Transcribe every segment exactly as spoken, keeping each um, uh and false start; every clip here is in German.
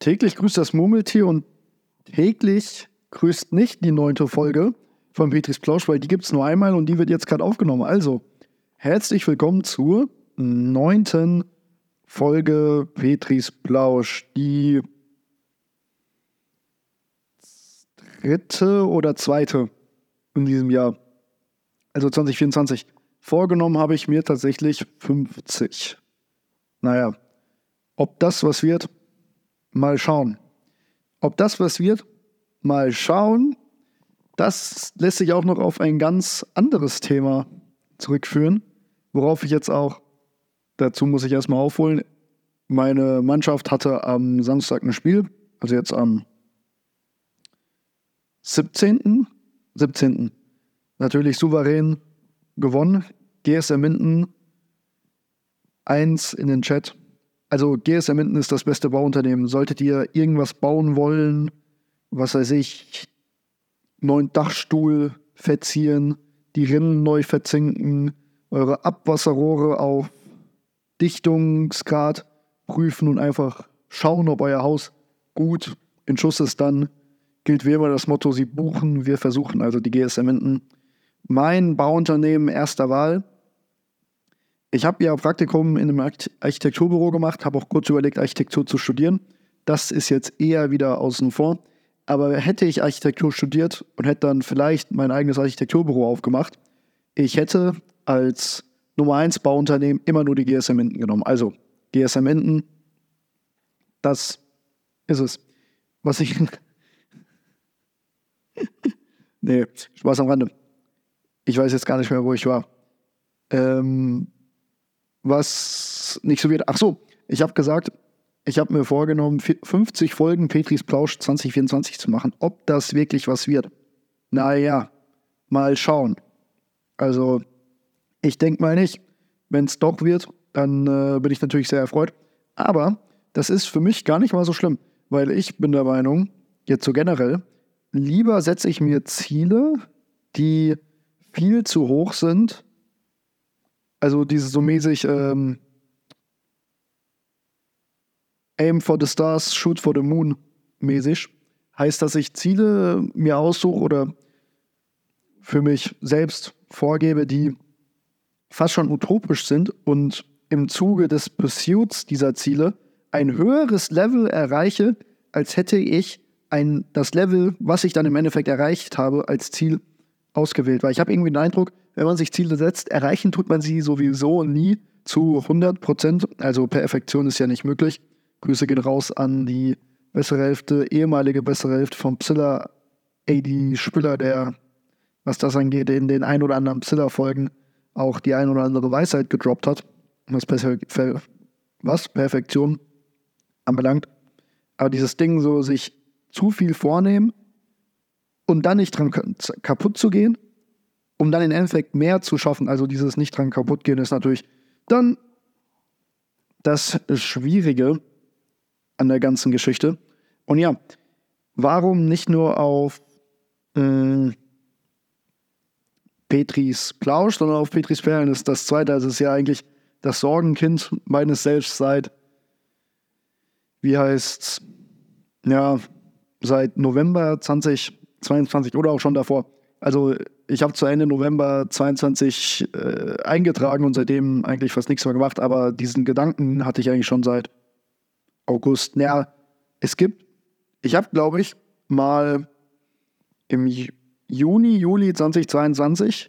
Täglich grüßt das Murmeltier und täglich grüßt nicht die neunte Folge von Petris Plausch, weil die gibt es nur einmal und die wird jetzt gerade aufgenommen. Also, herzlich willkommen zur neunten Folge Petris Plausch. Die dritte oder zweite in diesem Jahr. Also zwanzig vierundzwanzig. Vorgenommen habe ich mir tatsächlich fünfzig. Naja, ob das was wird, mal schauen. Ob das was wird, mal schauen. Das lässt sich auch noch auf ein ganz anderes Thema zurückführen, worauf ich jetzt auch, dazu muss ich erstmal aufholen, meine Mannschaft hatte am Samstag ein Spiel, also jetzt am siebzehnten siebzehnten Natürlich souverän gewonnen. G S M Minden eins in den Chat. Also G S M Minden ist das beste Bauunternehmen. Solltet ihr irgendwas bauen wollen, was weiß ich, neuen Dachstuhl verzieren, die Rinnen neu verzinken, eure Abwasserrohre auf Dichtungsgrad prüfen und einfach schauen, ob euer Haus gut in Schuss ist, dann gilt wie immer das Motto, sie buchen, wir versuchen, also die G S M Minden. Mein Bauunternehmen erster Wahl. Ich habe ja Praktikum in einem Architekturbüro gemacht, habe auch kurz überlegt, Architektur zu studieren. Das ist jetzt eher wieder außen vor. Aber hätte ich Architektur studiert und hätte dann vielleicht mein eigenes Architekturbüro aufgemacht, ich hätte als Nummer eins Bauunternehmen immer nur die G S M Minden genommen. Also G S M Minden, das ist es. Was ich... nee, Spaß am Rande. Ich weiß jetzt gar nicht mehr, wo ich war. Ähm, was nicht so wird. Ach so, ich habe gesagt, ich habe mir vorgenommen, fünfzig Folgen Petris Plausch zwanzig vierundzwanzig zu machen. Ob das wirklich was wird? Naja, mal schauen. Also, ich denke mal nicht. Wenn es doch wird, dann äh, bin ich natürlich sehr erfreut. Aber das ist für mich gar nicht mal so schlimm, weil ich bin der Meinung, jetzt so generell, lieber setze ich mir Ziele, die viel zu hoch sind. Also diese so mäßig ähm, Aim for the Stars, Shoot for the Moon mäßig. Heißt, dass ich Ziele mir aussuche oder für mich selbst vorgebe, die fast schon utopisch sind und im Zuge des Pursuits dieser Ziele ein höheres Level erreiche, als hätte ich ein, das Level, was ich dann im Endeffekt erreicht habe, als Ziel ausgewählt. Weil ich habe irgendwie den Eindruck, wenn man sich Ziele setzt, erreichen tut man sie sowieso nie zu hundert Prozent. Also Perfektion ist ja nicht möglich. Grüße gehen raus an die bessere Hälfte, ehemalige bessere Hälfte von Psylla, ey, die Spüller, der, was das angeht, in den ein oder anderen Psylla-Folgen auch die ein oder andere Weisheit gedroppt hat, was, Perfe- was Perfektion anbelangt. Aber dieses Ding, so sich zu viel vornehmen und dann nicht dran kaputt zu gehen, um dann im Endeffekt mehr zu schaffen. Also dieses nicht dran kaputt gehen ist natürlich dann das Schwierige an der ganzen Geschichte. Und ja, warum nicht nur auf äh, Petris Plausch, sondern auf Petris Perlen ist das zweite. Also es ist ja eigentlich das Sorgenkind meines Selbst seit, wie heißt's, ja, seit November zwanzig zweiundzwanzig oder auch schon davor. Also ich habe zu Ende November zweiundzwanzig äh, eingetragen und seitdem eigentlich fast nichts mehr gemacht, aber diesen Gedanken hatte ich eigentlich schon seit August. Naja, es gibt, ich habe glaube ich mal im Juni, Juli zweitausendzweiundzwanzig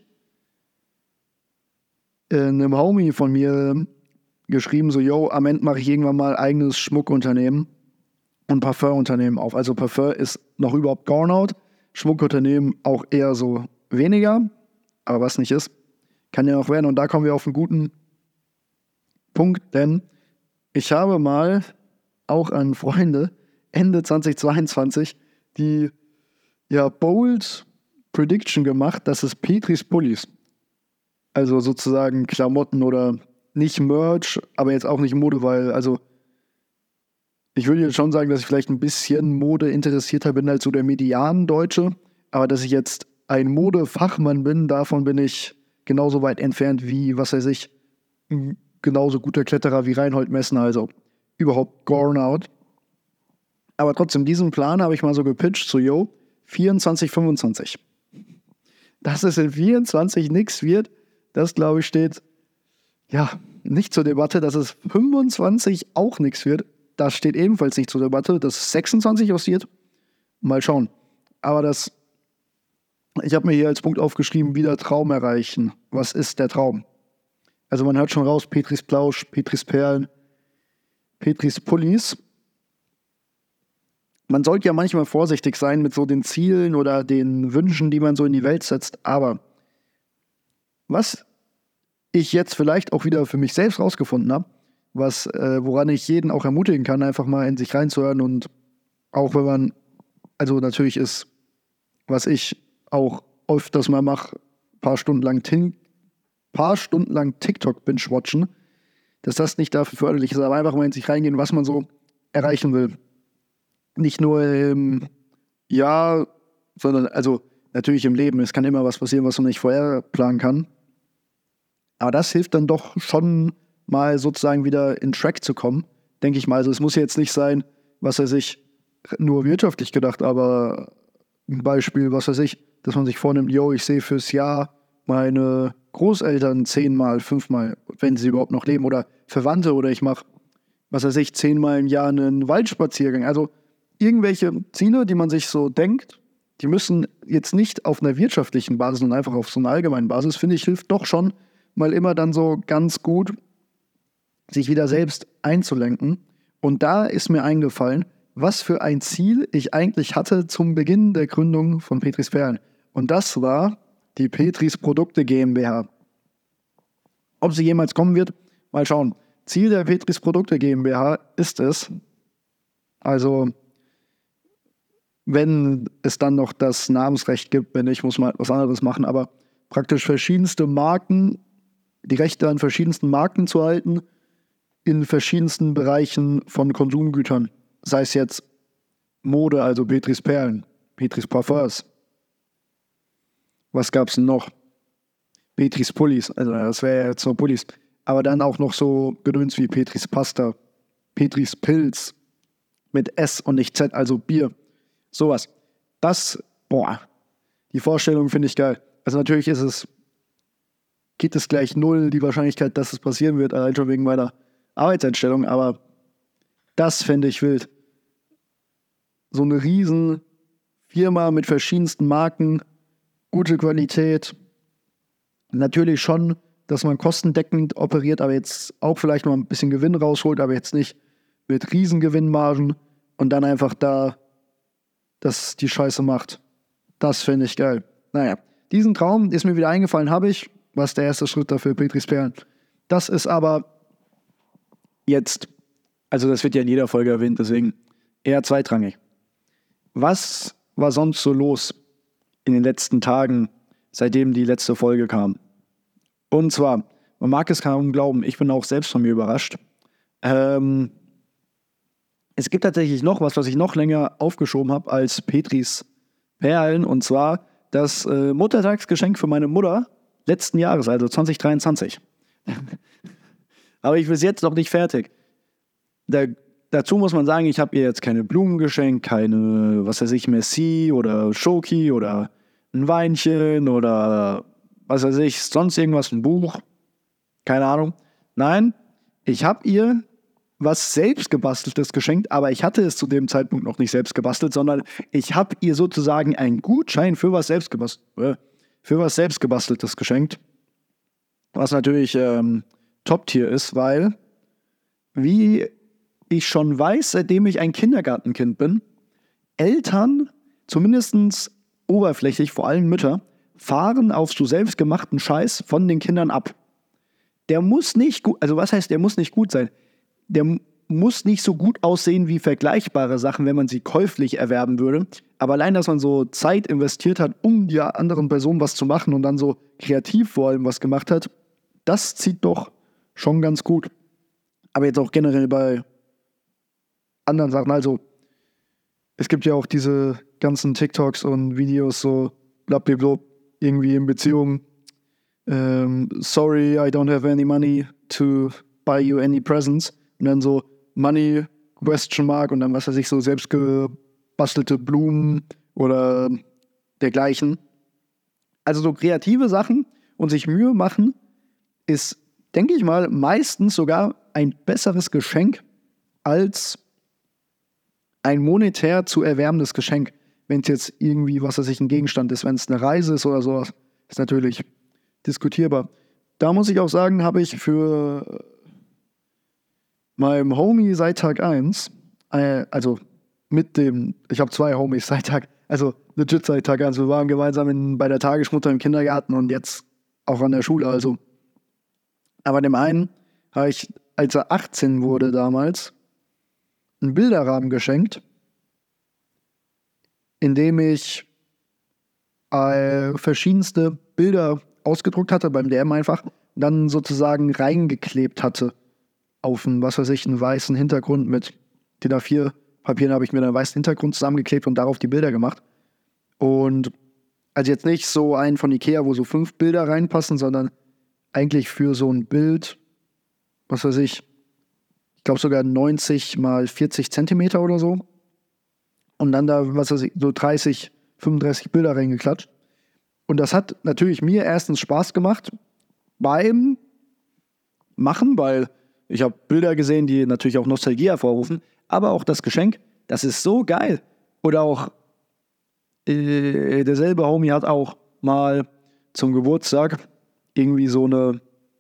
äh, einem Homie von mir geschrieben, so, yo, am Ende mache ich irgendwann mal eigenes Schmuckunternehmen und Parfumunternehmen auf. Also Parfum ist noch überhaupt gone out, Schmuckunternehmen auch eher so weniger, aber was nicht ist, kann ja noch werden. Und da kommen wir auf einen guten Punkt, denn ich habe mal auch an Freunde Ende zweitausendzweiundzwanzig die ja bold Prediction gemacht, dass es Petris Pullis, also sozusagen Klamotten oder nicht Merch, aber jetzt auch nicht Mode, weil also ich würde jetzt schon sagen, dass ich vielleicht ein bisschen Mode interessierter bin als so der Median-Deutsche, aber dass ich jetzt ein Modefachmann bin, davon bin ich genauso weit entfernt wie, was weiß ich, ein genauso guter Kletterer wie Reinhold Messner, also überhaupt gone out. Aber trotzdem, diesen Plan habe ich mal so gepitcht, so, yo, vierundzwanzig, fünfundzwanzig. Dass es in vierundzwanzig nichts wird, das, glaube ich, steht, ja, nicht zur Debatte. Dass es fünfundzwanzig auch nichts wird, das steht ebenfalls nicht zur Debatte. Dass sechsundzwanzig passiert, mal schauen. Aber das, ich habe mir hier als Punkt aufgeschrieben, wieder Traum erreichen. Was ist der Traum? Also man hört schon raus, Petris Plausch, Petris Perlen, Petris Pullis. Man sollte ja manchmal vorsichtig sein mit so den Zielen oder den Wünschen, die man so in die Welt setzt. Aber was ich jetzt vielleicht auch wieder für mich selbst rausgefunden habe, was, äh, woran ich jeden auch ermutigen kann, einfach mal in sich reinzuhören und auch wenn man, also natürlich ist, was ich auch öfters mal mache, paar Stunden lang, tin- paar Stunden lang TikTok binge-watchen, dass das nicht dafür förderlich ist, aber einfach mal in sich reingehen, was man so erreichen will. Nicht nur im Jahr, sondern also natürlich im Leben. Es kann immer was passieren, was man nicht vorher planen kann. Aber das hilft dann doch schon mal sozusagen wieder in Track zu kommen, denke ich mal. Also es muss jetzt nicht sein, was weiß ich, nur wirtschaftlich gedacht, aber ein Beispiel, was weiß ich, dass man sich vornimmt, yo, ich sehe fürs Jahr meine Großeltern zehnmal, fünfmal, wenn sie überhaupt noch leben, oder Verwandte, oder ich mache, was weiß ich, zehnmal im Jahr einen Waldspaziergang. Also irgendwelche Ziele, die man sich so denkt, die müssen jetzt nicht auf einer wirtschaftlichen Basis, sondern einfach auf so einer allgemeinen Basis, finde ich, hilft doch schon mal immer dann so ganz gut, sich wieder selbst einzulenken. Und da ist mir eingefallen, was für ein Ziel ich eigentlich hatte zum Beginn der Gründung von Petris Perlen. Und das war die Petris Produkte GmbH. Ob sie jemals kommen wird, mal schauen. Ziel der Petris Produkte GmbH ist es, also wenn es dann noch das Namensrecht gibt, wenn nicht, muss man was anderes machen, aber praktisch verschiedenste Marken, die Rechte an verschiedensten Marken zu halten, in verschiedensten Bereichen von Konsumgütern. Sei es jetzt Mode, also Petris Perlen, Petris Parfums. Was gab es denn noch? Petris Pullis, also das wäre ja jetzt nur Pullis. Aber dann auch noch so Gedöns wie Petris Pasta, Petris Pilz mit S und nicht Z, also Bier. Sowas. Das, boah, die Vorstellung finde ich geil. Also natürlich ist es, geht es gleich null, die Wahrscheinlichkeit, dass es passieren wird, allein schon wegen meiner Arbeitseinstellung, aber das fände ich wild. So eine riesen Firma mit verschiedensten Marken, gute Qualität. Natürlich schon, dass man kostendeckend operiert, aber jetzt auch vielleicht noch ein bisschen Gewinn rausholt, aber jetzt nicht mit riesen Gewinnmargen und dann einfach da das die Scheiße macht. Das fände ich geil. Naja, diesen Traum ist mir wieder eingefallen, habe ich. Was der erste Schritt dafür, Petris Perlen. Das ist aber jetzt, also das wird ja in jeder Folge erwähnt, deswegen eher zweitrangig. Was war sonst so los in den letzten Tagen, seitdem die letzte Folge kam? Und zwar, man mag es kaum glauben, ich bin auch selbst von mir überrascht. Ähm, es gibt tatsächlich noch was, was ich noch länger aufgeschoben habe als Petris Perlen, und zwar das äh, Muttertagsgeschenk für meine Mutter letzten Jahres, also zwanzig dreiundzwanzig. Aber ich bin bis jetzt noch nicht fertig. Da, dazu muss man sagen, ich habe ihr jetzt keine Blumen geschenkt, keine, was weiß ich, Merci oder Schoki oder ein Weinchen oder was weiß ich, sonst irgendwas, ein Buch. Keine Ahnung. Nein, ich habe ihr was selbstgebasteltes geschenkt, aber ich hatte es zu dem Zeitpunkt noch nicht selbst gebastelt, sondern ich habe ihr sozusagen einen Gutschein für was selbstgebastelt, äh, für was selbstgebasteltes geschenkt. Was natürlich ähm, Top-Tier ist, weil, wie ich schon weiß, seitdem ich ein Kindergartenkind bin, Eltern, zumindest oberflächlich, vor allem Mütter, fahren auf so selbstgemachten Scheiß von den Kindern ab. Der muss nicht gut, also was heißt, der muss nicht gut sein? Der muss nicht so gut aussehen wie vergleichbare Sachen, wenn man sie käuflich erwerben würde. Aber allein, dass man so Zeit investiert hat, um der anderen Person was zu machen und dann so kreativ vor allem was gemacht hat, das zieht doch schon ganz gut. Aber jetzt auch generell bei anderen Sachen. Also, es gibt ja auch diese ganzen TikToks und Videos so blablabla, irgendwie in Beziehungen. Ähm, sorry, I don't have any money to buy you any presents. Und dann so, Money Question Mark und dann, was weiß ich, so selbst gebastelte Blumen oder dergleichen. Also so kreative Sachen und sich Mühe machen ist, denke ich mal, meistens sogar ein besseres Geschenk als ein monetär zu erwärmendes Geschenk. Wenn es jetzt irgendwie, was weiß ich, ein Gegenstand ist, wenn es eine Reise ist oder sowas, ist natürlich diskutierbar. Da muss ich auch sagen, habe ich für meinem Homie seit Tag eins, äh, also mit dem, ich habe zwei Homies seit Tag, also legit seit Tag eins, wir waren gemeinsam in, bei der Tagesmutter im Kindergarten und jetzt auch an der Schule, also. Aber dem einen habe ich, als er achtzehn wurde damals, einen Bilderrahmen geschenkt, in dem ich äh, verschiedenste Bilder ausgedruckt hatte, beim D M einfach, und dann sozusagen reingeklebt hatte auf einen, was weiß ich, einen weißen Hintergrund mit D I N A vier Papieren habe ich mir einen weißen Hintergrund zusammengeklebt und darauf die Bilder gemacht. Und also jetzt nicht so einen von Ikea, wo so fünf Bilder reinpassen, sondern eigentlich für so ein Bild, was weiß ich, ich glaube sogar neunzig mal vierzig Zentimeter oder so. Und dann da, was weiß ich, so dreißig, fünfunddreißig Bilder reingeklatscht. Und das hat natürlich mir erstens Spaß gemacht beim Machen, weil ich habe Bilder gesehen, die natürlich auch Nostalgie hervorrufen, aber auch das Geschenk, das ist so geil. Oder auch äh, derselbe Homie hat auch mal zum Geburtstag irgendwie so eine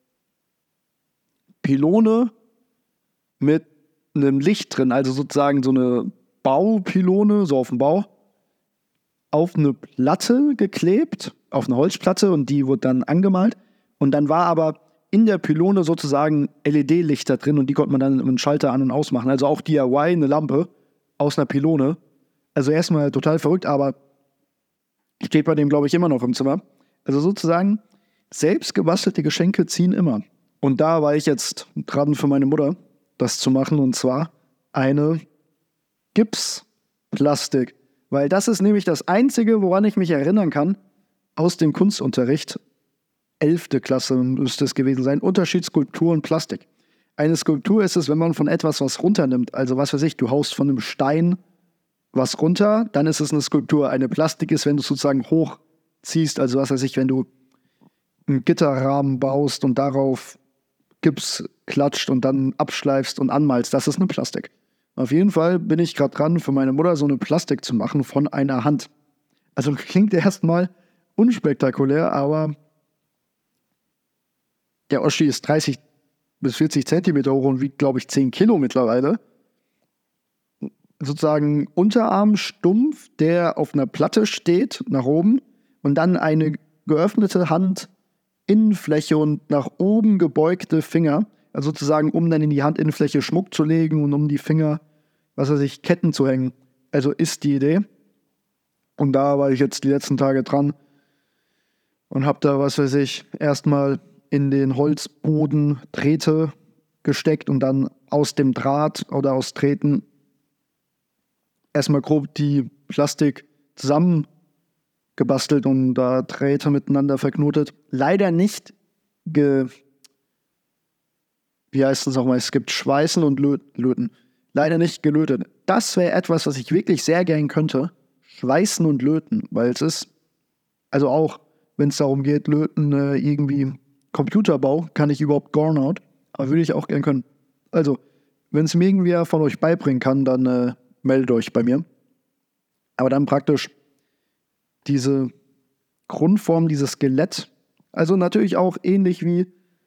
Pylone mit einem Licht drin, also sozusagen so eine Baupylone, so auf dem Bau, auf eine Platte geklebt, auf eine Holzplatte, und die wurde dann angemalt. Und dann war aber in der Pylone sozusagen L E D-Lichter drin und die konnte man dann mit einem Schalter an- und ausmachen. Also auch D I Y, eine Lampe aus einer Pylone. Also erstmal total verrückt, aber steht bei dem, glaube ich, immer noch im Zimmer. Also sozusagen, selbst gebastelte Geschenke ziehen immer. Und da war ich jetzt dran für meine Mutter, das zu machen, und zwar eine Gipsplastik. Weil das ist nämlich das Einzige, woran ich mich erinnern kann, aus dem Kunstunterricht. elfte Klasse müsste es gewesen sein. Unterschied Skulptur und Plastik. Eine Skulptur ist es, wenn man von etwas was runternimmt. Also was weiß ich, du haust von einem Stein was runter, dann ist es eine Skulptur. Eine Plastik ist, wenn du sozusagen hochziehst. Also was weiß ich, wenn du einen Gitterrahmen baust und darauf Gips klatscht und dann abschleifst und anmalst. Das ist eine Plastik. Auf jeden Fall bin ich gerade dran, für meine Mutter so eine Plastik zu machen von einer Hand. Also klingt erstmal unspektakulär, aber der Oschi ist dreißig bis vierzig Zentimeter hoch und wiegt, glaube ich, zehn Kilo mittlerweile. Sozusagen Unterarm stumpf, der auf einer Platte steht, nach oben, und dann eine geöffnete Hand, Innenfläche und nach oben gebeugte Finger. Also sozusagen, um dann in die Handinnenfläche Schmuck zu legen und um die Finger, was weiß ich, Ketten zu hängen. Also ist die Idee. Und da war ich jetzt die letzten Tage dran und habe da, was weiß ich, erstmal in den Holzboden Drähte gesteckt und dann aus dem Draht oder aus Drähten erstmal grob die Plastik zusammengebastelt und da Drähte miteinander verknotet. Leider nicht ge... Wie heißt es nochmal? Es gibt Schweißen und Lö- Löten. Leider nicht gelötet. Das wäre etwas, was ich wirklich sehr gern könnte. Schweißen und Löten, weil es ist, also auch, wenn es darum geht, Löten, äh, irgendwie Computerbau, kann ich überhaupt gar nicht, aber würde ich auch gern können. Also, wenn es mir irgendwer von euch beibringen kann, dann äh, meldet euch bei mir. Aber dann praktisch diese Grundform, dieses Skelett, also natürlich auch ähnlich wie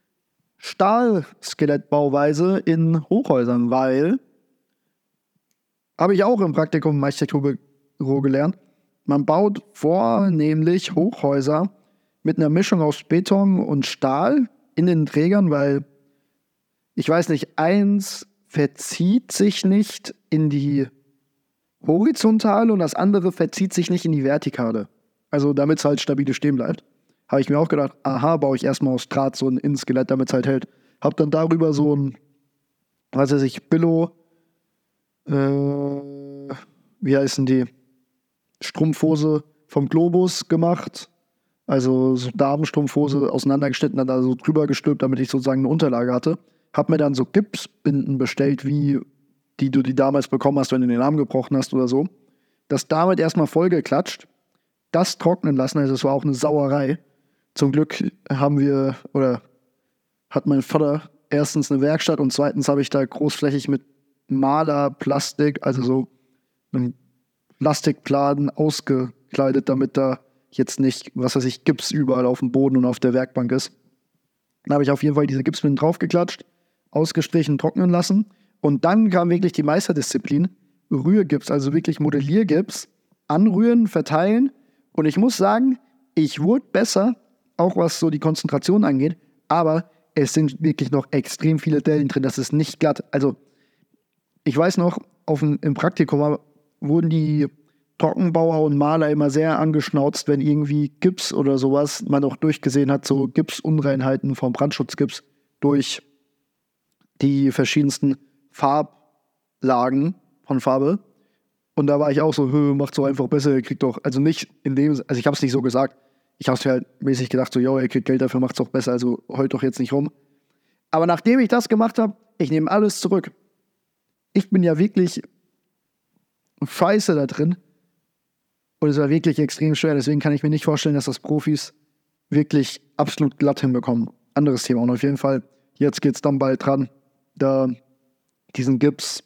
Stahlskelettbauweise in Hochhäusern, weil, habe ich auch im Praktikum im Architekturbüro gelernt, man baut vornehmlich Hochhäuser mit einer Mischung aus Beton und Stahl in den Trägern, weil, ich weiß nicht, eins verzieht sich nicht in die Horizontale und das andere verzieht sich nicht in die Vertikale. Also damit es halt stabil stehen bleibt. Habe ich mir auch gedacht, aha, baue ich erstmal aus Draht so ein Innenskelett, damit es halt hält. Hab dann darüber so ein, was weiß ich, Billo, äh, wie heißen die, Strumpfhose vom Globus gemacht. Also so Damenstrumpfhose auseinandergeschnitten, dann da so drüber gestülpt, damit ich sozusagen eine Unterlage hatte. Hab mir dann so Gipsbinden bestellt, wie die du die damals bekommen hast, wenn du den Arm gebrochen hast oder so. Das damit erstmal vollgeklatscht, das trocknen lassen, also es war auch eine Sauerei. Zum Glück haben wir, oder hat mein Vater erstens eine Werkstatt und zweitens habe ich da großflächig mit Malerplastik, also so einem Plastikpladen ausgekleidet, damit da jetzt nicht, was weiß ich, Gips überall auf dem Boden und auf der Werkbank ist. Dann habe ich auf jeden Fall diese Gipsbinden draufgeklatscht, ausgestrichen, trocknen lassen. Und dann kam wirklich die Meisterdisziplin, Rührgips, also wirklich Modelliergips, anrühren, verteilen. Und ich muss sagen, ich wurde besser, auch was so die Konzentration angeht, aber es sind wirklich noch extrem viele Dellen drin, das ist nicht glatt. Also ich weiß noch, auf dem, im Praktikum wurden die Trockenbauer und Maler immer sehr angeschnauzt, wenn irgendwie Gips oder sowas man auch durchgesehen hat, so Gipsunreinheiten vom Brandschutzgips durch die verschiedensten Farblagen von Farbe. Und da war ich auch so, hö, macht so einfach besser, ihr kriegt doch, also nicht in dem, also ich habe es nicht so gesagt, ich habe es mir halt mäßig gedacht, so, yo, ihr kriegt Geld dafür, macht's doch besser, also heult doch jetzt nicht rum. Aber nachdem ich das gemacht habe, ich nehme alles zurück. Ich bin ja wirklich scheiße da drin. Und es war wirklich extrem schwer, deswegen kann ich mir nicht vorstellen, dass das Profis wirklich absolut glatt hinbekommen. Anderes Thema. Und auf jeden Fall, jetzt geht's dann bald dran, da diesen Gips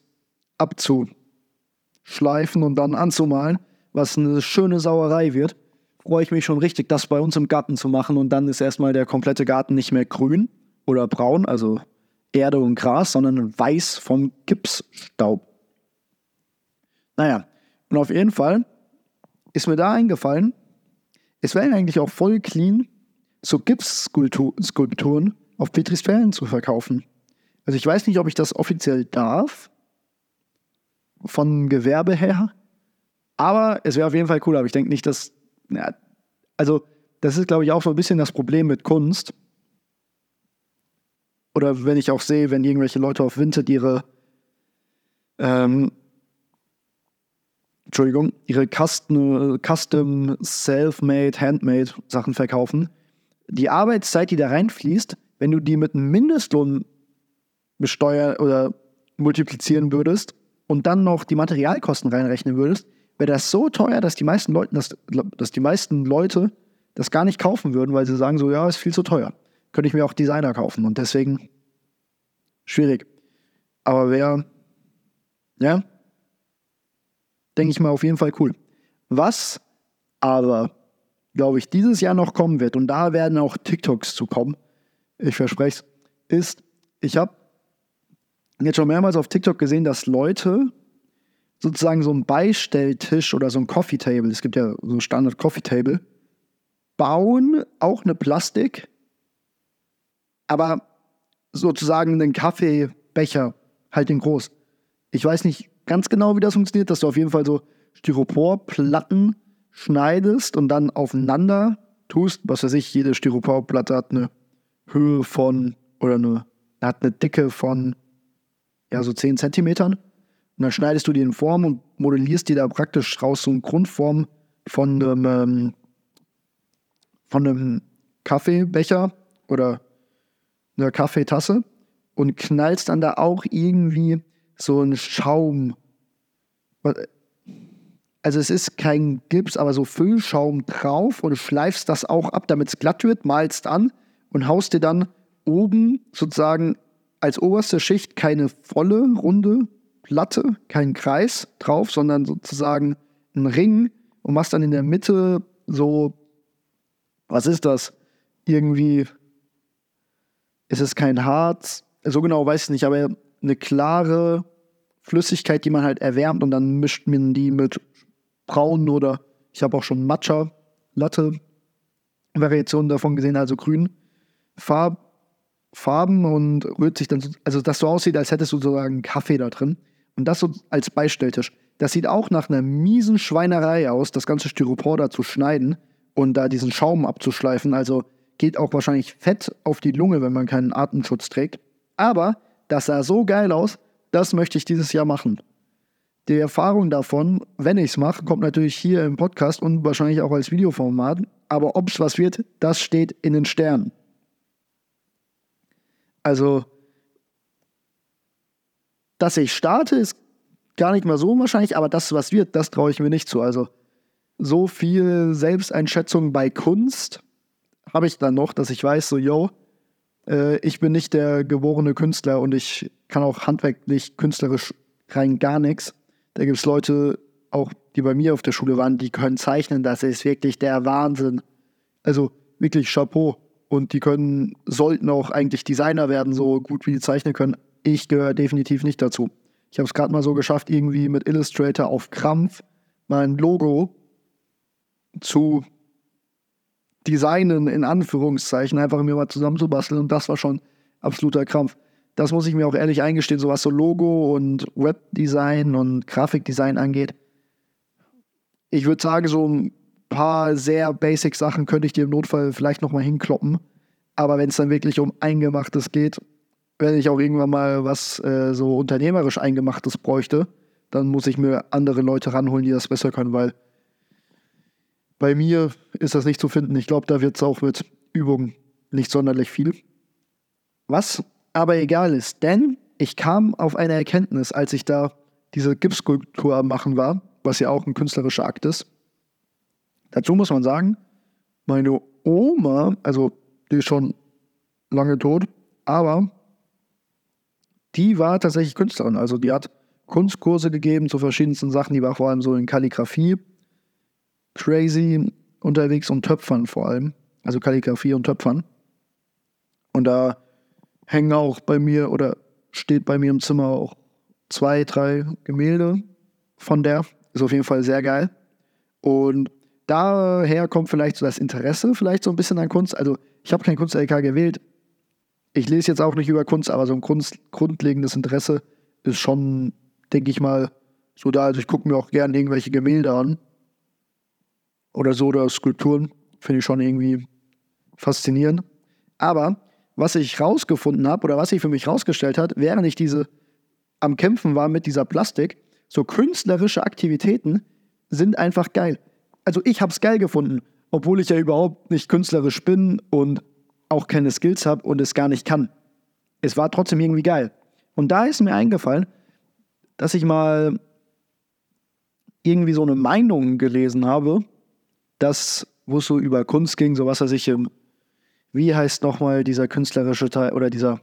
abzuschleifen und dann anzumalen, was eine schöne Sauerei wird. Freue ich mich schon richtig, das bei uns im Garten zu machen. Und dann ist erstmal der komplette Garten nicht mehr grün oder braun, also Erde und Gras, sondern weiß vom Gipsstaub. Naja, und auf jeden Fall ist mir da eingefallen, es wäre eigentlich auch voll clean, so Gipsskulpturen auf Petrisfällen zu verkaufen. Also ich weiß nicht, ob ich das offiziell darf, von Gewerbe her, aber es wäre auf jeden Fall cool, aber ich denke nicht, dass, ja, also das ist, glaube ich, auch so ein bisschen das Problem mit Kunst. Oder wenn ich auch sehe, wenn irgendwelche Leute auf Vinted ihre ähm, Entschuldigung, ihre Custom, Custom Self-Made, Handmade Sachen verkaufen. Die Arbeitszeit, die da reinfließt, wenn du die mit einem Mindestlohn besteuern oder multiplizieren würdest und dann noch die Materialkosten reinrechnen würdest, wäre das so teuer, dass die meisten Leute das, dass die meisten Leute das gar nicht kaufen würden, weil sie sagen so, ja, ist viel zu teuer. Könnte ich mir auch Designer kaufen und deswegen schwierig. Aber wer, ja, denke ich mal, auf jeden Fall cool. Was aber, glaube ich, dieses Jahr noch kommen wird, und da werden auch TikToks zu kommen, ich verspreche es, ist, ich habe jetzt schon mehrmals auf TikTok gesehen, dass Leute sozusagen so einen Beistelltisch oder so ein Coffee Table, es gibt ja so ein Standard Coffee Table, bauen, auch eine Plastik, aber sozusagen einen Kaffeebecher, halt den groß. Ich weiß nicht ganz genau, wie das funktioniert, dass du auf jeden Fall so Styroporplatten schneidest und dann aufeinander tust. Was weiß ich, jede Styroporplatte hat eine Höhe von, oder eine, hat eine Dicke von, ja, so zehn Zentimetern. Und dann schneidest du die in Form und modellierst dir da praktisch raus so eine Grundform von einem, ähm, von einem Kaffeebecher oder einer Kaffeetasse und knallst dann da auch irgendwie so einen Schaum. Also es ist kein Gips, aber so Füllschaum drauf und du schleifst das auch ab, damit es glatt wird, malst an und haust dir dann oben sozusagen als oberste Schicht keine volle, runde Platte, keinen Kreis drauf, sondern sozusagen einen Ring und machst dann in der Mitte so, was ist das? Irgendwie ist es kein Harz, so genau weiß ich nicht, aber eine klare Flüssigkeit, die man halt erwärmt und dann mischt man die mit braun oder ich habe auch schon Matcha-Latte-Variationen davon gesehen, also grün Farb, Farben und rührt sich dann, so, also dass so aussieht, als hättest du sozusagen Kaffee da drin und das so als Beistelltisch. Das sieht auch nach einer miesen Schweinerei aus, das ganze Styropor da zu schneiden und da diesen Schaum abzuschleifen, also geht auch wahrscheinlich Fett auf die Lunge, wenn man keinen Atemschutz trägt. Aber das sah so geil aus, das möchte ich dieses Jahr machen. Die Erfahrung davon, wenn ich es mache, kommt natürlich hier im Podcast und wahrscheinlich auch als Videoformat. Aber ob es was wird, das steht in den Sternen. Also, dass ich starte, ist gar nicht mal so unwahrscheinlich, aber das, was wird, das traue ich mir nicht zu. Also so viel Selbsteinschätzung bei Kunst habe ich dann noch, dass ich weiß, so, yo, äh, ich bin nicht der geborene Künstler und ich kann auch handwerklich, künstlerisch rein gar nichts. Da gibt es Leute, auch die bei mir auf der Schule waren, die können zeichnen, das ist wirklich der Wahnsinn. Also wirklich Chapeau. Und die können, sollten auch eigentlich Designer werden, so gut wie die zeichnen können. Ich gehöre definitiv nicht dazu. Ich habe es gerade mal so geschafft, irgendwie mit Illustrator auf Krampf mein Logo zu designen, in Anführungszeichen, einfach mir mal zusammenzubasteln. Und das war schon absoluter Krampf. Das muss ich mir auch ehrlich eingestehen, so was so Logo und Webdesign und Grafikdesign angeht. Ich würde sagen, so ein paar sehr basic Sachen könnte ich dir im Notfall vielleicht nochmal hinkloppen. Aber wenn es dann wirklich um Eingemachtes geht, wenn ich auch irgendwann mal was äh, so unternehmerisch Eingemachtes bräuchte, dann muss ich mir andere Leute ranholen, die das besser können, weil bei mir ist das nicht zu finden. Ich glaube, da wird es auch mit Übung nicht sonderlich viel. Was aber egal ist, denn ich kam auf eine Erkenntnis, als ich da diese Gipsskulptur am Machen war, was ja auch ein künstlerischer Akt ist. Dazu muss man sagen, meine Oma, also die ist schon lange tot, aber die war tatsächlich Künstlerin. Also die hat Kunstkurse gegeben zu verschiedensten Sachen. Die war vor allem so in Kalligrafie crazy unterwegs und Töpfern vor allem. Also Kalligrafie und Töpfern. Und da hängen auch bei mir oder steht bei mir im Zimmer auch zwei, drei Gemälde von der. Ist auf jeden Fall sehr geil. Und daher kommt vielleicht so das Interesse vielleicht so ein bisschen an Kunst. Also ich habe kein Kunst-L K gewählt. Ich lese jetzt auch nicht über Kunst, aber so ein Kunst, grundlegendes Interesse ist schon, denke ich mal, so da. Also ich gucke mir auch gerne irgendwelche Gemälde an. Oder so, oder Skulpturen. Finde ich schon irgendwie faszinierend. Aber was ich rausgefunden habe, oder was sich für mich rausgestellt hat, während ich diese am Kämpfen war mit dieser Plastik, so künstlerische Aktivitäten sind einfach geil. Also ich habe es geil gefunden, obwohl ich ja überhaupt nicht künstlerisch bin und auch keine Skills habe und es gar nicht kann. Es war trotzdem irgendwie geil. Und da ist mir eingefallen, dass ich mal irgendwie so eine Meinung gelesen habe, dass, wo es so über Kunst ging, so was weiß ich, wie heißt nochmal dieser künstlerische Teil oder dieser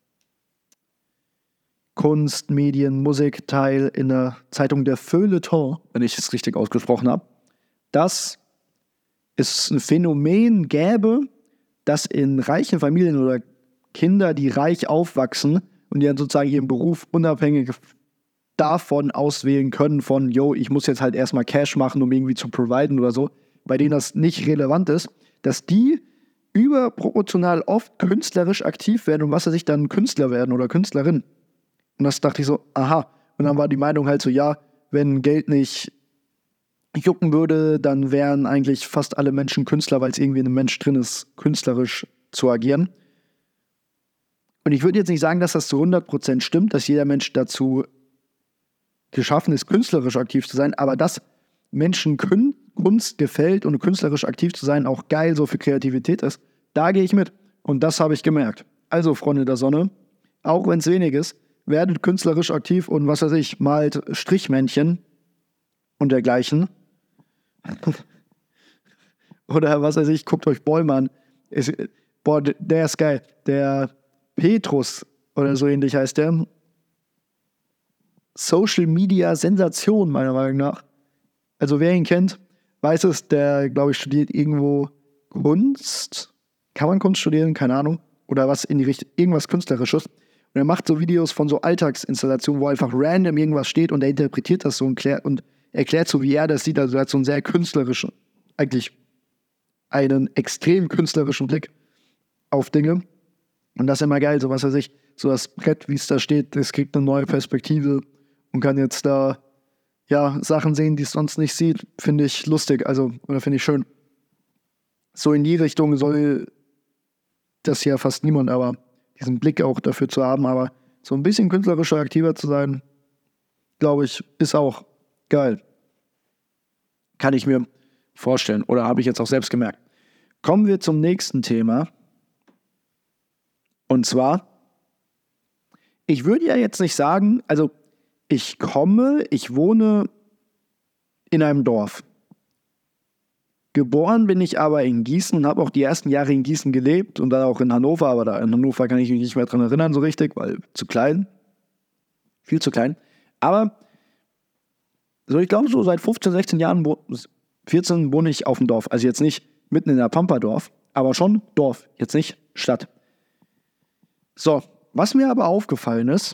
Kunst, Medien, Musik-Teil in der Zeitung der Feuilleton, wenn ich es richtig ausgesprochen habe, dass es ein Phänomen gäbe, dass in reichen Familien oder Kinder, die reich aufwachsen und die dann sozusagen ihren Beruf unabhängig davon auswählen können, von, yo, ich muss jetzt halt erstmal Cash machen, um irgendwie zu providen oder so, bei denen das nicht relevant ist, dass die überproportional oft künstlerisch aktiv werden und was weiß ich, dann Künstler werden oder Künstlerin. Und das dachte ich so, aha. Und dann war die Meinung halt so, ja, wenn Geld nicht jucken würde, dann wären eigentlich fast alle Menschen Künstler, weil es irgendwie in einem Mensch drin ist, künstlerisch zu agieren. Und ich würde jetzt nicht sagen, dass das zu hundert Prozent stimmt, dass jeder Mensch dazu geschaffen ist, künstlerisch aktiv zu sein, aber dass Menschen Kün- Kunst gefällt und künstlerisch aktiv zu sein auch geil so für Kreativität ist, da gehe ich mit. Und das habe ich gemerkt. Also, Freunde der Sonne, auch wenn es wenig ist, werdet künstlerisch aktiv und was weiß ich, malt Strichmännchen und dergleichen. Oder was weiß ich, guckt euch Bäume an. Ist, boah, der ist geil. Der Petrus oder so ähnlich heißt der. Social Media Sensation, meiner Meinung nach. Also wer ihn kennt, weiß es, der, glaube ich, studiert irgendwo Kunst. Kann man Kunst studieren? Keine Ahnung. Oder was in die Richtung, irgendwas Künstlerisches. Und er macht so Videos von so Alltagsinstallationen, wo einfach random irgendwas steht und er interpretiert das so und, klär, und erklärt so, wie er das sieht. Also er hat so einen sehr künstlerischen, eigentlich einen extrem künstlerischen Blick auf Dinge. Und das ist immer geil, so was weiß ich, so das Brett, wie es da steht, das kriegt eine neue Perspektive und kann jetzt da ja Sachen sehen, die es sonst nicht sieht. Finde ich lustig, also, oder finde ich schön. So in die Richtung soll das ja fast niemand, aber diesen Blick auch dafür zu haben, aber so ein bisschen künstlerischer, aktiver zu sein, glaube ich, ist auch geil. Kann ich mir vorstellen oder habe ich jetzt auch selbst gemerkt. Kommen wir zum nächsten Thema. Und zwar, ich würde ja jetzt nicht sagen, also ich komme, ich wohne in einem Dorf. Geboren bin ich aber in Gießen und habe auch die ersten Jahre in Gießen gelebt und dann auch in Hannover, aber da in Hannover kann ich mich nicht mehr dran erinnern so richtig, weil zu klein, viel zu klein. Aber so, ich glaube, so seit fünfzehn, sechzehn Jahren, vierzehn wohne ich auf dem Dorf. Also jetzt nicht mitten in der Pampa-Dorf, aber schon Dorf, jetzt nicht Stadt. So, was mir aber aufgefallen ist,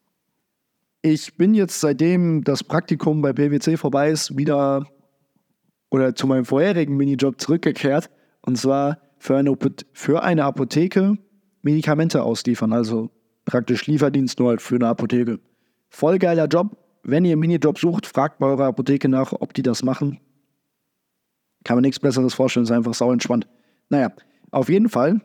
ich bin jetzt, seitdem das Praktikum bei P W C vorbei ist, wieder oder zu meinem vorherigen Minijob zurückgekehrt. Und zwar für eine, für eine Apotheke Medikamente ausliefern. Also praktisch Lieferdienst nur halt für eine Apotheke. Voll geiler Job. Wenn ihr einen Minijob sucht, fragt bei eurer Apotheke nach, ob die das machen. Kann man nichts Besseres vorstellen, ist einfach sau entspannt. Naja, auf jeden Fall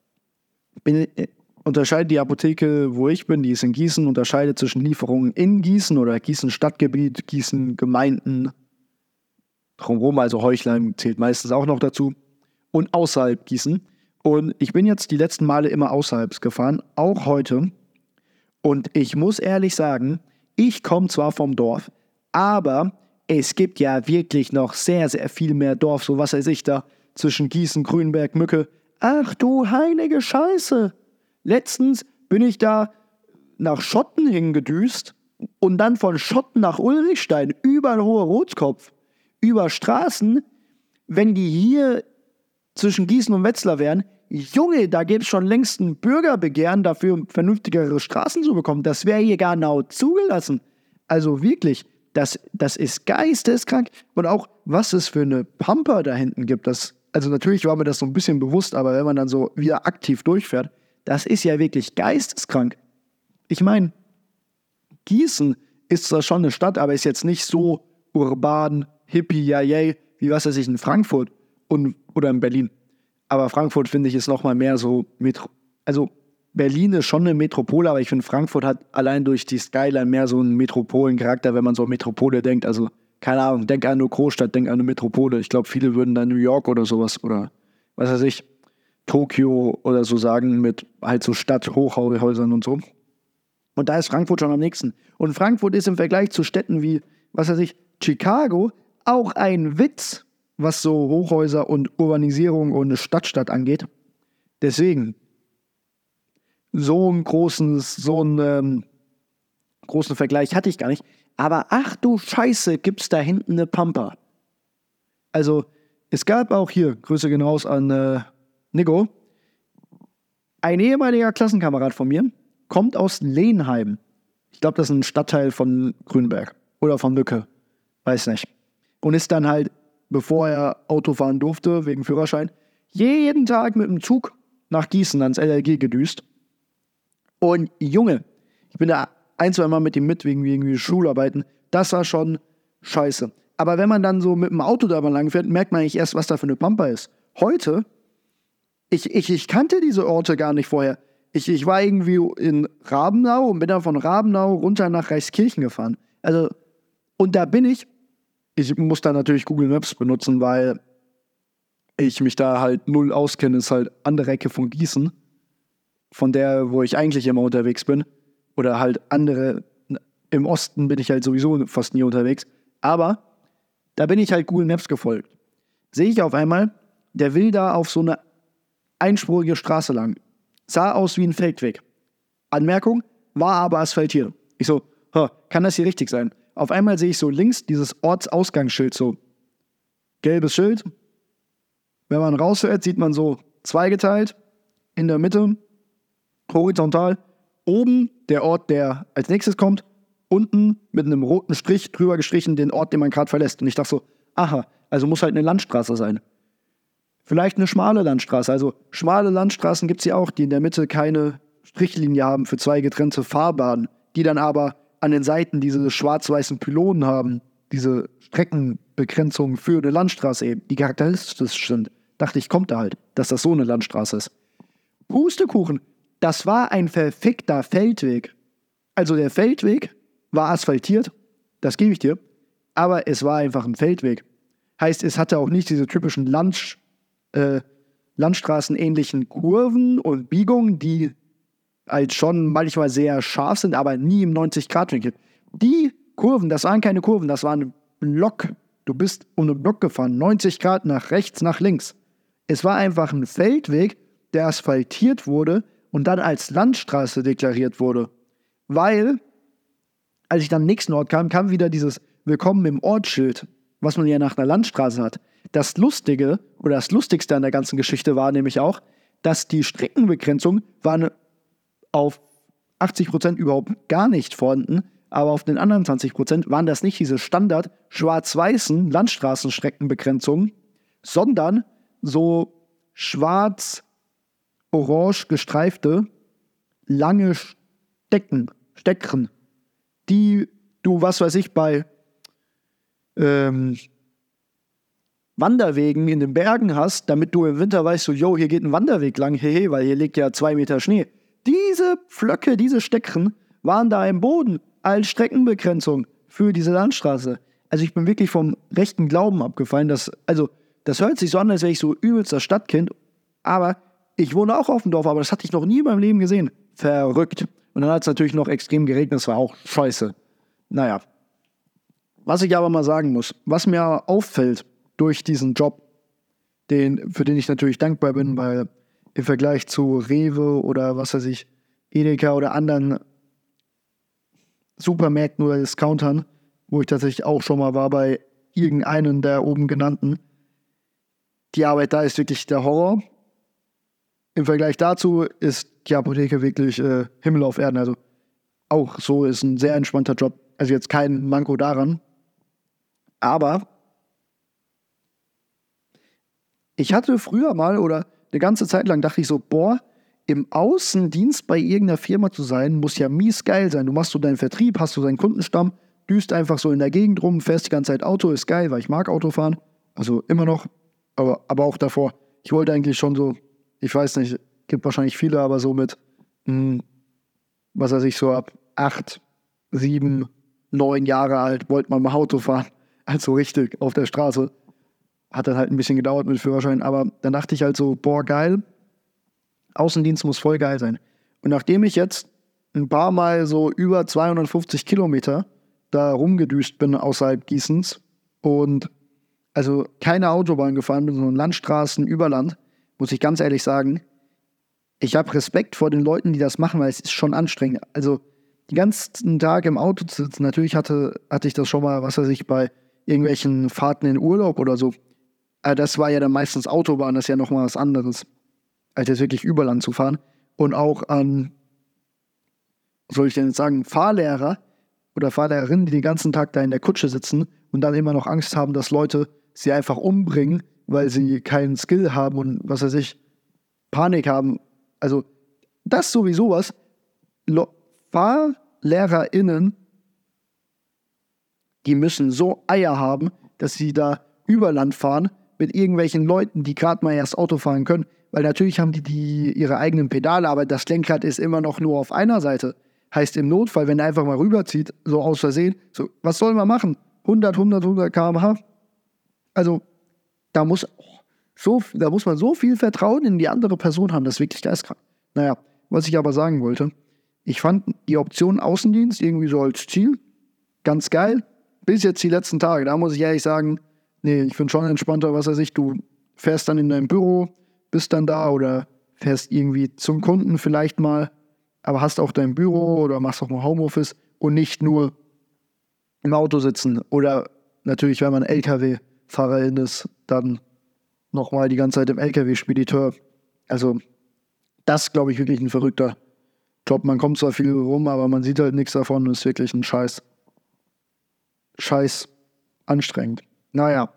bin, äh, unterscheidet die Apotheke, wo ich bin, die ist in Gießen, unterscheidet zwischen Lieferungen in Gießen oder Gießen Stadtgebiet, Gießen Gemeinden, drumherum, also Heuchlheim zählt meistens auch noch dazu, und außerhalb Gießen. Und ich bin jetzt die letzten Male immer außerhalb gefahren, auch heute. Und ich muss ehrlich sagen, ich komme zwar vom Dorf, aber es gibt ja wirklich noch sehr, sehr viel mehr Dorf, so was weiß ich da, zwischen Gießen, Grünberg, Mücke. Ach du heilige Scheiße! Letztens bin ich da nach Schotten hingedüst und dann von Schotten nach Ulrichstein über den Hohe Rotskopf, über Straßen, wenn die hier zwischen Gießen und Wetzlar wären, Junge, da gäbe es schon längst ein Bürgerbegehren dafür, vernünftigere Straßen zu bekommen. Das wäre hier genau zugelassen. Also wirklich, das, das ist geisteskrank. Und auch, was es für eine Pampa da hinten gibt, das, also natürlich war mir das so ein bisschen bewusst, aber wenn man dann so wieder aktiv durchfährt, das ist ja wirklich geisteskrank. Ich meine, Gießen ist zwar schon eine Stadt, aber ist jetzt nicht so urban, hippie, ja, yay, wie was weiß ich, in Frankfurt und, oder in Berlin. Aber Frankfurt, finde ich, ist nochmal mehr so, Metro also Berlin ist schon eine Metropole, aber ich finde, Frankfurt hat allein durch die Skyline mehr so einen Metropolencharakter, wenn man so an Metropole denkt. Also, keine Ahnung, denk an eine Großstadt, denk an eine Metropole. Ich glaube, viele würden dann New York oder sowas oder, was weiß ich, Tokio oder so sagen, mit halt so Stadt-Hochhäusern und so. Und da ist Frankfurt schon am nächsten. Und Frankfurt ist im Vergleich zu Städten wie, was weiß ich, Chicago auch ein Witz, was so Hochhäuser und Urbanisierung und eine Stadtstadt angeht. Deswegen, so einen großen, so einen ähm, großen Vergleich hatte ich gar nicht. Aber ach du Scheiße, gibt's da hinten eine Pampa. Also, es gab auch hier, Grüße gehen raus an äh, Nico, ein ehemaliger Klassenkamerad von mir, kommt aus Lehnheim. Ich glaube, das ist ein Stadtteil von Grünberg oder von Mücke, weiß nicht. Und ist dann halt, bevor er Auto fahren durfte, wegen Führerschein, jeden Tag mit dem Zug nach Gießen ans L L G gedüst. Und Junge, ich bin da ein, zwei Mal mit ihm mit, wegen irgendwie Schularbeiten, das war schon scheiße. Aber wenn man dann so mit dem Auto da mal lang fährt, merkt man eigentlich erst, was da für eine Pampa ist. Heute, ich, ich, ich kannte diese Orte gar nicht vorher. Ich, ich war irgendwie in Rabenau und bin dann von Rabenau runter nach Reichskirchen gefahren. Also, und da bin ich, ich muss da natürlich Google Maps benutzen, weil ich mich da halt null auskenne, ist halt andere Ecke von Gießen, von der, wo ich eigentlich immer unterwegs bin. Oder halt andere, im Osten bin ich halt sowieso fast nie unterwegs. Aber da bin ich halt Google Maps gefolgt. Sehe ich auf einmal, der will da auf so eine einspurige Straße lang. Sah aus wie ein Feldweg. Anmerkung, war aber asphaltiert. Ich so, kann das hier richtig sein? Auf einmal sehe ich so links dieses Ortsausgangsschild, so gelbes Schild. Wenn man raushört, sieht man so zweigeteilt, in der Mitte, horizontal, oben der Ort, der als nächstes kommt, unten mit einem roten Strich drüber gestrichen den Ort, den man gerade verlässt. Und ich dachte so, aha, also muss halt eine Landstraße sein. Vielleicht eine schmale Landstraße. Also schmale Landstraßen gibt es ja auch, die in der Mitte keine Strichlinie haben für zwei getrennte Fahrbahnen, die dann aber an den Seiten diese schwarz-weißen Pylonen haben, diese Streckenbegrenzungen für eine Landstraße eben, die charakteristisch sind. Dachte ich, kommt da halt, dass das so eine Landstraße ist. Pustekuchen, das war ein verfickter Feldweg. Also der Feldweg war asphaltiert, das gebe ich dir, aber es war einfach ein Feldweg. Heißt, es hatte auch nicht diese typischen Land, äh, Landstraßenähnlichen Kurven und Biegungen, die halt schon manchmal sehr scharf sind, aber nie im neunzig-Grad-Winkel. Die Kurven, das waren keine Kurven, das war ein Block. Du bist um einen Block gefahren, neunzig Grad nach rechts, nach links. Es war einfach ein Feldweg, der asphaltiert wurde und dann als Landstraße deklariert wurde. Weil, als ich dann am nächsten Ort kam, kam wieder dieses Willkommen im Ortsschild, was man ja nach einer Landstraße hat. Das Lustige oder das Lustigste an der ganzen Geschichte war nämlich auch, dass die Streckenbegrenzung waren auf achtzig Prozent überhaupt gar nicht vorhanden, aber auf den anderen zwanzig Prozent waren das nicht diese Standard schwarz-weißen Landstraßenstreckenbegrenzungen, sondern so schwarz-orange gestreifte lange Stecken, Stecken, die du, was weiß ich, bei ähm, Wanderwegen in den Bergen hast, damit du im Winter weißt, so, yo, hier geht ein Wanderweg lang, hehe, weil hier liegt ja zwei Meter Schnee. Diese Pflöcke, diese Stecken waren da im Boden als Streckenbegrenzung für diese Landstraße. Also ich bin wirklich vom rechten Glauben abgefallen. Dass, also das hört sich so an, als wäre ich so übelster Stadtkind, aber ich wohne auch auf dem Dorf, aber das hatte ich noch nie in meinem Leben gesehen. Verrückt. Und dann hat es natürlich noch extrem geregnet, das war auch scheiße. Naja. Was ich aber mal sagen muss, was mir auffällt durch diesen Job, den, für den ich natürlich dankbar bin, weil im Vergleich zu Rewe oder was weiß ich, Edeka oder anderen Supermärkten oder Discountern, wo ich tatsächlich auch schon mal war bei irgendeinen der oben genannten, die Arbeit da ist wirklich der Horror. Im Vergleich dazu ist die Apotheke wirklich äh, Himmel auf Erden. Also auch so ist ein sehr entspannter Job. Also jetzt kein Manko daran. Aber ich hatte früher mal oder eine ganze Zeit lang dachte ich so, boah, im Außendienst bei irgendeiner Firma zu sein, muss ja mies geil sein. Du machst so deinen Vertrieb, hast so deinen Kundenstamm, düst einfach so in der Gegend rum, fährst die ganze Zeit Auto, ist geil, weil ich mag Autofahren. Also immer noch, aber, aber auch davor. Ich wollte eigentlich schon so, ich weiß nicht, gibt wahrscheinlich viele, aber so mit, mh, was weiß ich, so ab acht, sieben, neun Jahre alt, wollte man mal Auto fahren. Also richtig, auf der Straße. Hat dann halt ein bisschen gedauert mit Führerschein, aber dann dachte ich halt so, boah, geil, Außendienst muss voll geil sein. Und nachdem ich jetzt ein paar Mal so über zweihundertfünfzig Kilometer da rumgedüst bin außerhalb Gießens und also keine Autobahn gefahren bin, sondern Landstraßen, Überland, muss ich ganz ehrlich sagen, ich habe Respekt vor den Leuten, die das machen, weil es ist schon anstrengend. Also den ganzen Tag im Auto zu sitzen, natürlich hatte, hatte ich das schon mal, was weiß ich, bei irgendwelchen Fahrten in Urlaub oder so. Aber das war ja dann meistens Autobahn, das ist ja nochmal was anderes, als jetzt wirklich Überland zu fahren. Und auch an, was soll ich denn jetzt sagen, Fahrlehrer oder Fahrlehrerinnen, die den ganzen Tag da in der Kutsche sitzen und dann immer noch Angst haben, dass Leute sie einfach umbringen, weil sie keinen Skill haben und was weiß ich, Panik haben. Also das sowieso was. Lo- FahrlehrerInnen, die müssen so Eier haben, dass sie da Überland fahren mit irgendwelchen Leuten, die gerade mal erst Auto fahren können. Weil natürlich haben die, die ihre eigenen Pedale, aber das Lenkrad ist immer noch nur auf einer Seite. Heißt im Notfall, wenn er einfach mal rüberzieht, so aus Versehen, so, was soll man machen? hundert, hundert, hundert Kilometer pro Stunde? Also, da muss, so, da muss man so viel Vertrauen in die andere Person haben, das ist wirklich geistkrank. Naja, was ich aber sagen wollte, ich fand die Option Außendienst irgendwie so als Ziel ganz geil, bis jetzt die letzten Tage. Da muss ich ehrlich sagen, nee, ich finde schon entspannter, was weiß ich, du fährst dann in dein Büro, bist dann da oder fährst irgendwie zum Kunden vielleicht mal, aber hast auch dein Büro oder machst auch mal Homeoffice und nicht nur im Auto sitzen. Oder natürlich, wenn man L K W-Fahrerin ist, dann nochmal die ganze Zeit im L K W-Spediteur. Also das, glaube ich, wirklich ein verrückter Job. Man kommt zwar viel rum, aber man sieht halt nichts davon und ist wirklich ein Scheiß. Scheiß anstrengend. Naja.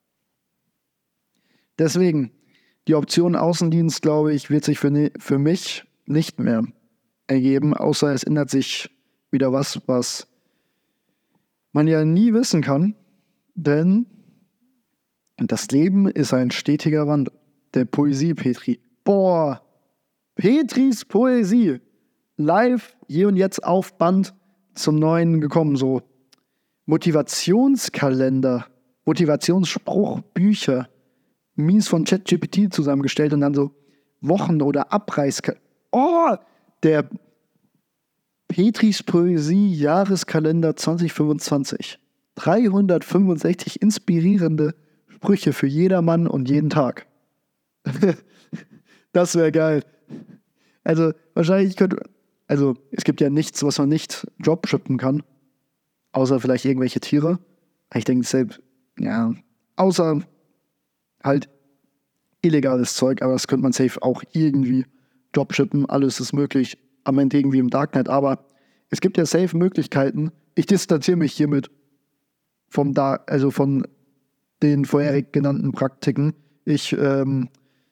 Deswegen, die Option Außendienst, glaube ich, wird sich für, ne- für mich nicht mehr ergeben, außer es ändert sich wieder was, was man ja nie wissen kann, denn das Leben ist ein stetiger Wandel. Der Poesie, Petri. Boah, Petris Poesie. Live, hier und jetzt auf Band zum Neuen gekommen, so Motivationskalender, Motivationsspruchbücher, mies von ChatGPT zusammengestellt und dann so Wochen- oder Abreiß... Oh, Der Petris Poesie-Jahreskalender zwanzig fünfundzwanzig. dreihundertfünfundsechzig inspirierende Sprüche für jedermann und jeden Tag. Das wäre geil. Also, wahrscheinlich könnte. Also, es gibt ja nichts, was man nicht dropshippen kann. Außer vielleicht irgendwelche Tiere. Ich denke selbst, ja, außer halt illegales Zeug, aber das könnte man safe auch irgendwie dropshippen. Alles ist möglich. Am Ende irgendwie im Darknet. Aber es gibt ja safe Möglichkeiten. Ich distanziere mich hiermit vom da, also von den vorherig genannten Praktiken. Ich, ähm,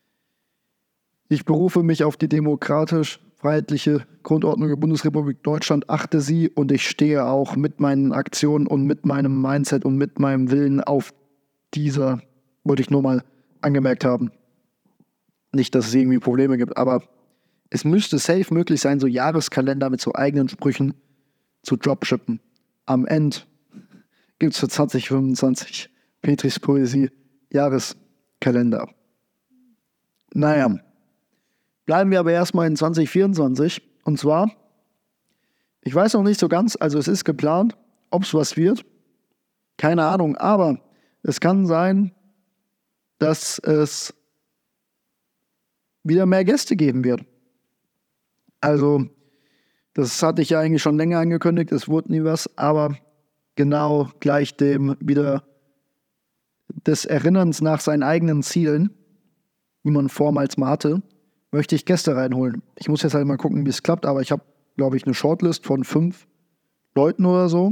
ich berufe mich auf die demokratisch-freiheitliche Grundordnung der Bundesrepublik Deutschland, achte sie und ich stehe auch mit meinen Aktionen und mit meinem Mindset und mit meinem Willen auf dieser, wollte ich nur mal angemerkt haben. Nicht, dass es irgendwie Probleme gibt, aber es müsste safe möglich sein, so Jahreskalender mit so eigenen Sprüchen zu dropshippen. Am Ende gibt es für zwanzig fünfundzwanzig Petris Poesie Jahreskalender. Naja, bleiben wir aber erstmal in zwanzig vierundzwanzig. Und zwar, ich weiß noch nicht so ganz, also es ist geplant, ob es was wird. Keine Ahnung, aber es kann sein, dass es wieder mehr Gäste geben wird. Also, das hatte ich ja eigentlich schon länger angekündigt, es wurde nie was, aber genau gleich dem wieder des Erinnerns nach seinen eigenen Zielen, die man vormals mal hatte, möchte ich Gäste reinholen. Ich muss jetzt halt mal gucken, wie es klappt, aber ich habe, glaube ich, eine Shortlist von fünf Leuten oder so,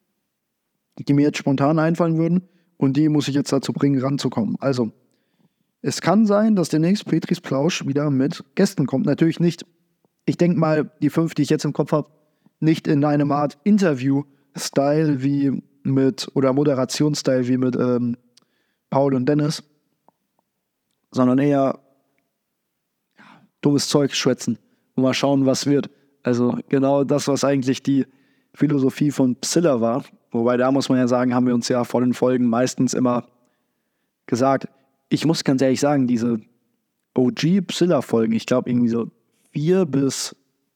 die mir jetzt spontan einfallen würden und die muss ich jetzt dazu bringen, ranzukommen. Also, es kann sein, dass demnächst Petris Plausch wieder mit Gästen kommt. Natürlich nicht, ich denke mal, die fünf, die ich jetzt im Kopf habe, nicht in einem Art Interview-Style wie mit, oder Moderationsstyle wie mit ähm, Paul und Dennis, sondern eher ja, dummes Zeug schwätzen und mal schauen, was wird. Also genau das, was eigentlich die Philosophie von Psylla war. Wobei da muss man ja sagen, haben wir uns ja vor den Folgen meistens immer gesagt. Ich muss ganz ehrlich sagen, diese O G-Psylla-Folgen, ich glaube irgendwie so vier bis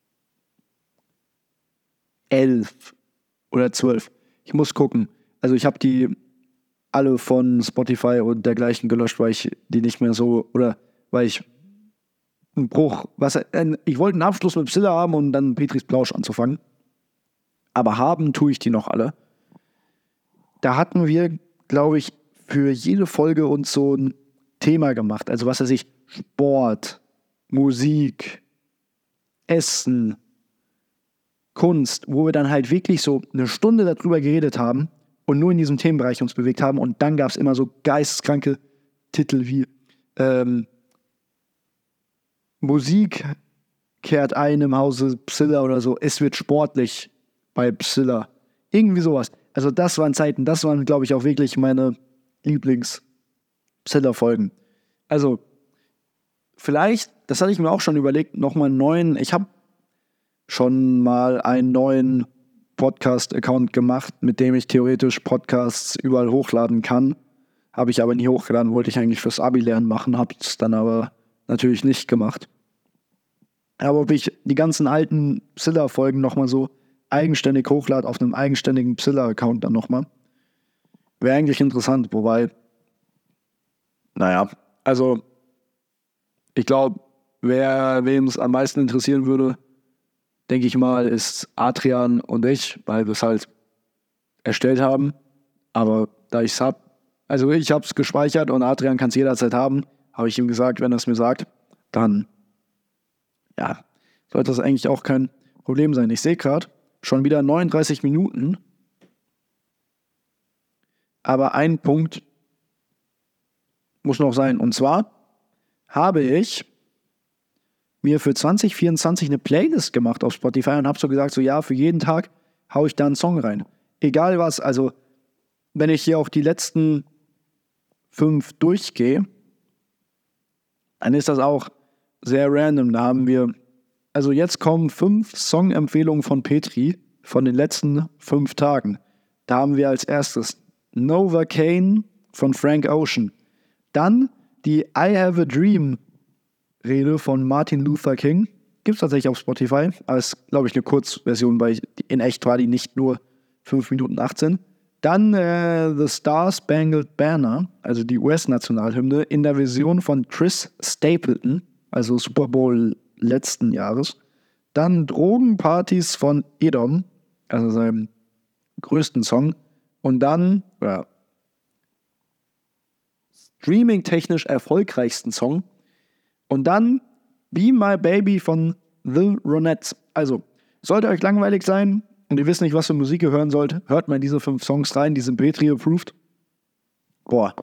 elf oder zwölf. Ich muss gucken. Also ich habe die alle von Spotify und dergleichen gelöscht, weil ich die nicht mehr so, oder weil ich einen Bruch, was, äh, ich wollte einen Abschluss mit Psylla haben und dann Petris Plausch anzufangen. Aber haben tue ich die noch alle. Da hatten wir, glaube ich, für jede Folge uns so ein Thema gemacht. Also was weiß ich, Sport, Musik, Essen, Kunst, wo wir dann halt wirklich so eine Stunde darüber geredet haben und nur in diesem Themenbereich uns bewegt haben. Und dann gab es immer so geisteskranke Titel wie ähm, Musik kehrt ein im Hause Psylla oder so. Es wird sportlich bei Psylla. Irgendwie sowas. Also das waren Zeiten, das waren, glaube ich, auch wirklich meine Lieblings-Psylla-Folgen. Also vielleicht, das hatte ich mir auch schon überlegt, nochmal einen neuen, ich habe schon mal einen neuen Podcast-Account gemacht, mit dem ich theoretisch Podcasts überall hochladen kann. Habe ich aber nie hochgeladen, wollte ich eigentlich fürs Abi-Lernen machen, habe es dann aber natürlich nicht gemacht. Aber ob ich die ganzen alten Psylla-Folgen nochmal so eigenständig hochlade auf einem eigenständigen Psylla-Account dann nochmal, wäre eigentlich interessant, wobei, naja, also ich glaube, wer wem es am meisten interessieren würde, denke ich mal, ist Adrian und ich, weil wir es halt erstellt haben. Aber da ich es habe, also ich habe es gespeichert und Adrian kann es jederzeit haben, habe ich ihm gesagt, wenn er es mir sagt, dann, ja, sollte das eigentlich auch kein Problem sein. Ich sehe gerade, schon wieder neununddreißig Minuten. Aber ein Punkt muss noch sein. Und zwar habe ich mir für zwanzig vierundzwanzig eine Playlist gemacht auf Spotify und habe so gesagt, so ja, für jeden Tag haue ich da einen Song rein. Egal was, also wenn ich hier auch die letzten fünf durchgehe, dann ist das auch sehr random. Da haben wir, also jetzt kommen fünf Song-Empfehlungen von Petri von den letzten fünf Tagen. Da haben wir als erstes Novocaine von Frank Ocean. Dann die I Have a Dream Rede von Martin Luther King. Gibt es tatsächlich auf Spotify, aber es ist, glaube ich, eine Kurzversion, weil in echt war die nicht nur fünf Minuten achtzehn. Dann äh, The Star Spangled Banner, also die U S-Nationalhymne, in der Version von Chris Stapleton, also Super Bowl letzten Jahres. Dann Drogenpartys von Edom, also seinem größten Song. Und dann, ja, streaming-technisch erfolgreichsten Song. Und dann Be My Baby von The Ronettes. Also, sollte euch langweilig sein und ihr wisst nicht, was für Musik ihr hören sollt, hört mal in diese fünf Songs rein, die sind Petri-approved. Boah.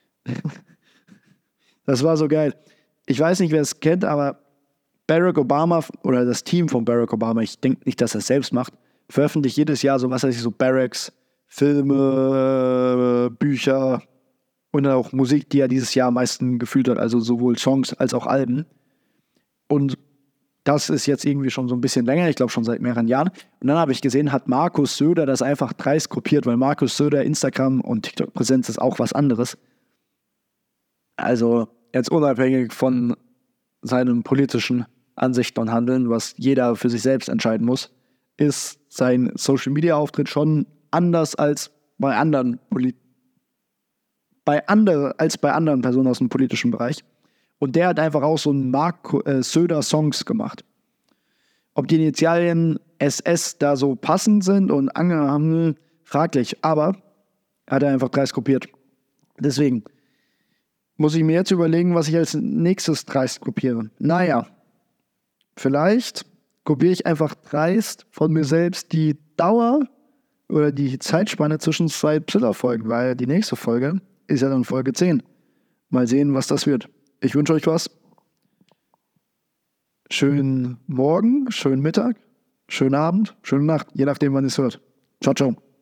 Das war so geil. Ich weiß nicht, wer es kennt, aber Barack Obama oder das Team von Barack Obama, ich denke nicht, dass er es selbst macht, veröffentlicht jedes Jahr so, was weiß ich, so Barracks, Filme, Bücher und auch Musik, die er dieses Jahr am meisten gefühlt hat, also sowohl Songs als auch Alben. Und das ist jetzt irgendwie schon so ein bisschen länger, ich glaube schon seit mehreren Jahren. Und dann habe ich gesehen, hat Markus Söder das einfach dreist kopiert, weil Markus Söder Instagram und TikTok-Präsenz ist auch was anderes. Also jetzt unabhängig von seinen politischen Ansichten und Handeln, was jeder für sich selbst entscheiden muss, ist sein Social-Media-Auftritt schon anders als bei anderen Polit- bei andere, als bei anderen Personen aus dem politischen Bereich. Und der hat einfach auch so einen Mark äh, Söder-Songs gemacht. Ob die Initialien S S da so passend sind und angehangen, fraglich. Aber hat er einfach dreist kopiert. Deswegen muss ich mir jetzt überlegen, was ich als nächstes dreist kopiere. Naja, vielleicht kopiere ich einfach dreist von mir selbst die Dauer oder die Zeitspanne zwischen zwei Psilla-Folgen, weil die nächste Folge ist ja dann Folge zehn. Mal sehen, was das wird. Ich wünsche euch was. Schönen Morgen, schönen Mittag, schönen Abend, schöne Nacht, je nachdem, wann ihr es hört. Ciao, ciao.